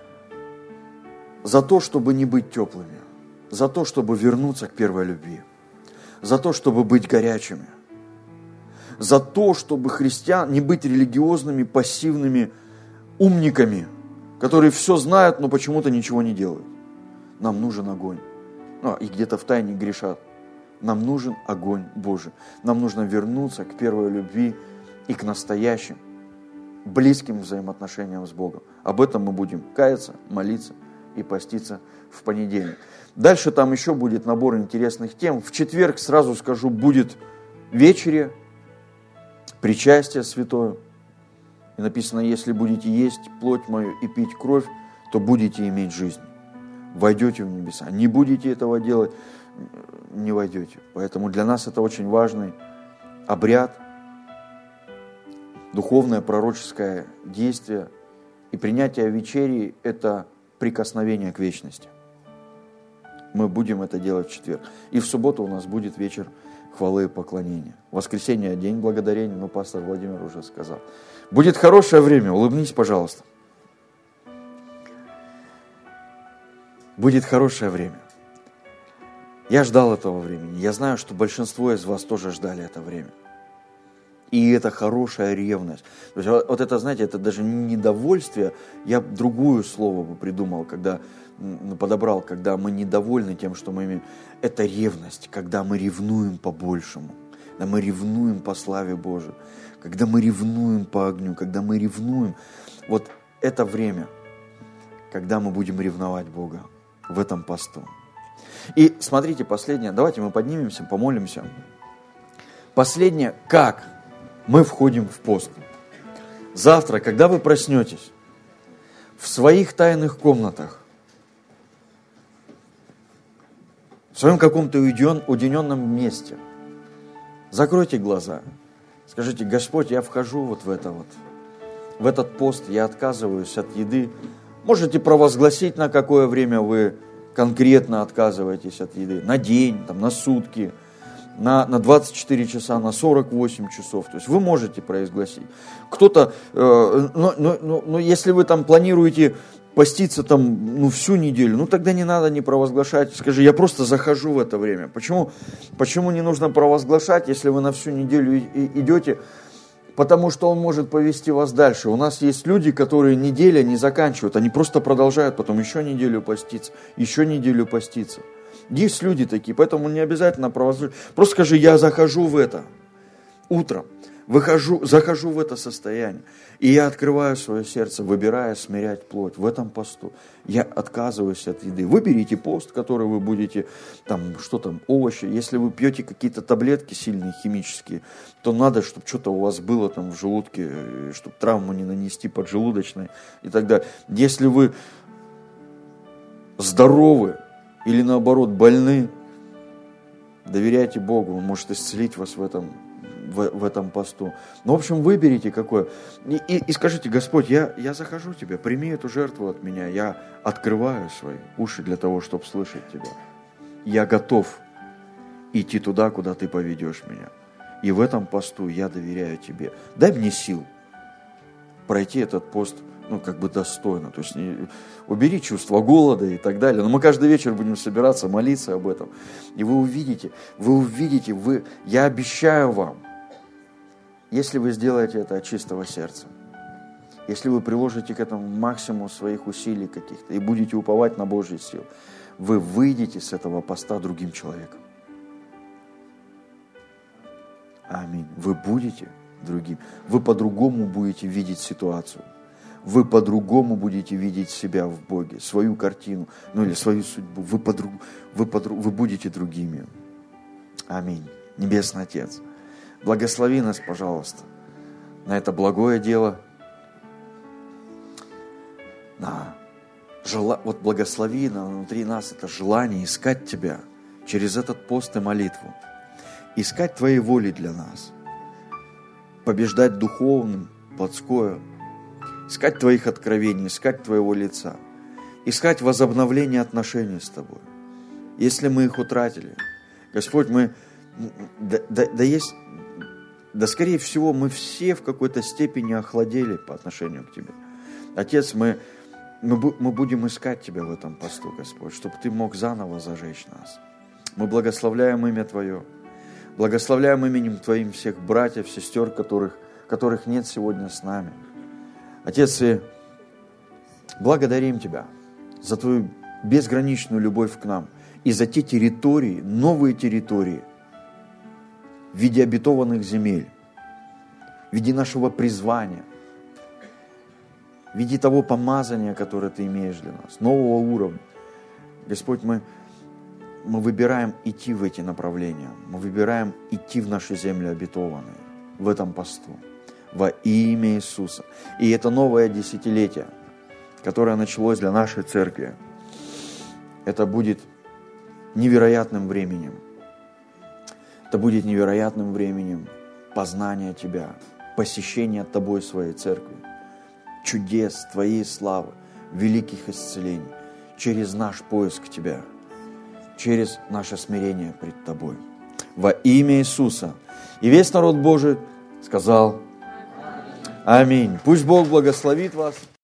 B: за то, чтобы не быть теплыми, за то, чтобы вернуться к первой любви, за то, чтобы быть горячими, за то, чтобы христиан не быть религиозными, пассивными умниками, которые все знают, но почему-то ничего не делают. Нам нужен огонь. Ну, и где-то в тайне грешат. Нам нужен огонь Божий. Нам нужно вернуться к первой любви и к настоящим, близким взаимоотношениям с Богом. Об этом мы будем каяться, молиться и поститься в понедельник. Дальше там еще будет набор интересных тем. В четверг, сразу скажу, будет вечеря, причастие святое. И написано: если будете есть плоть мою и пить кровь, то будете иметь жизнь. Войдете в небеса. Не будете этого делать, не войдете. Поэтому для нас это очень важный обряд, духовное пророческое действие. И принятие вечери – это прикосновение к вечности. Мы будем это делать в четверг. И в субботу у нас будет вечер хвалы и поклонения. В воскресенье – день благодарения, но пастор Владимир уже сказал. Будет хорошее время, улыбнись, пожалуйста. Будет хорошее время. Я ждал этого времени. Я знаю, что большинство из вас тоже ждали это время. И это хорошая ревность. То есть, вот это, знаете, это даже не недовольствие. Я другое слово бы придумал, когда подобрал, когда мы недовольны тем, что мы имеем. Это ревность, когда мы ревнуем по-большему. когда мы ревнуем по славе Божией, когда мы ревнуем по огню, когда мы ревнуем. Вот это время, когда мы будем ревновать Бога в этом посту. И смотрите, последнее, давайте мы поднимемся, помолимся. Последнее, как мы входим в пост. Завтра, когда вы проснетесь, в своих тайных комнатах, в своем каком-то уединенном месте, закройте глаза, скажите: Господь, я вхожу вот в это вот, в этот пост, я отказываюсь от еды. Можете провозгласить, на какое время вы конкретно отказываетесь от еды, на день, там, на сутки, на, на двадцать четыре часа, на сорок восемь часов. То есть вы можете провозгласить. Кто-то, э, но, но, но, но если вы там планируете поститься там, ну, всю неделю, ну тогда не надо не провозглашать. Скажи: я просто захожу в это время. Почему, почему не нужно провозглашать, если вы на всю неделю идете? Потому что он может повести вас дальше. У нас есть люди, которые неделя не заканчивают, они просто продолжают потом еще неделю поститься, еще неделю поститься. Есть люди такие, поэтому не обязательно провозглашать. Просто скажи: я захожу в это утром, выхожу, захожу в это состояние, и я открываю свое сердце, выбирая смирять плоть в этом посту. Я отказываюсь от еды. Выберите пост, который вы будете, там, что там, овощи. Если вы пьете какие-то таблетки сильные, химические, то надо, чтобы что-то у вас было там в желудке, чтобы травму не нанести поджелудочной и так далее. Если вы здоровы или наоборот больны, доверяйте Богу, Он может исцелить вас в этом В, в этом посту. Ну, в общем, выберите какое. И, и, и скажите: Господь, я, я захожу Тебе, прими эту жертву от меня. Я открываю свои уши для того, чтобы слышать Тебя. Я готов идти туда, куда Ты поведешь меня. И в этом посту я доверяю Тебе. Дай мне сил пройти этот пост, ну, как бы достойно. То есть не, убери чувство голода и так далее. Но мы каждый вечер будем собираться, молиться об этом. И вы увидите, вы увидите, вы, я обещаю вам, если вы сделаете это от чистого сердца, если вы приложите к этому максимум своих усилий каких-то и будете уповать на Божьи силы, вы выйдете с этого поста другим человеком. Аминь. Вы будете другим. Вы по-другому будете видеть ситуацию. Вы по-другому будете видеть себя в Боге, свою картину, ну или свою судьбу. Вы, подруг, вы, подруг, вы будете другими. Аминь. Небесный Отец, благослови нас, пожалуйста, на это благое дело. На жела... Вот благослови на, внутри нас это желание искать Тебя через этот пост и молитву. Искать Твоей воли для нас. Побеждать духовным, плотское. Искать Твоих откровений, искать Твоего лица. Искать возобновление отношений с Тобой. Если мы их утратили, Господь, мы, да, да, да есть, да скорее всего, мы все в какой-то степени охладели по отношению к Тебе. Отец, мы, мы, мы будем искать Тебя в этом посту, Господь, чтобы Ты мог заново зажечь нас. Мы благословляем имя Твое, благословляем именем Твоим всех братьев, сестер, которых, которых нет сегодня с нами. Отец, и благодарим Тебя за Твою безграничную любовь к нам и за те территории, новые территории в виде обетованных земель, в виде нашего призвания, в виде того помазания, которое Ты имеешь для нас, нового уровня. Господь, мы, мы выбираем идти в эти направления, мы выбираем идти в наши земли обетованные, в этом посту. Во имя Иисуса. И это новое десятилетие, которое началось для нашей церкви, это будет невероятным временем. Это будет невероятным временем познания Тебя, посещения Тобой своей церкви, чудес Твоей славы, великих исцелений, через наш поиск Тебя, через наше смирение пред Тобой. Во имя Иисуса. И весь народ Божий сказал: Аминь. Пусть Бог благословит вас.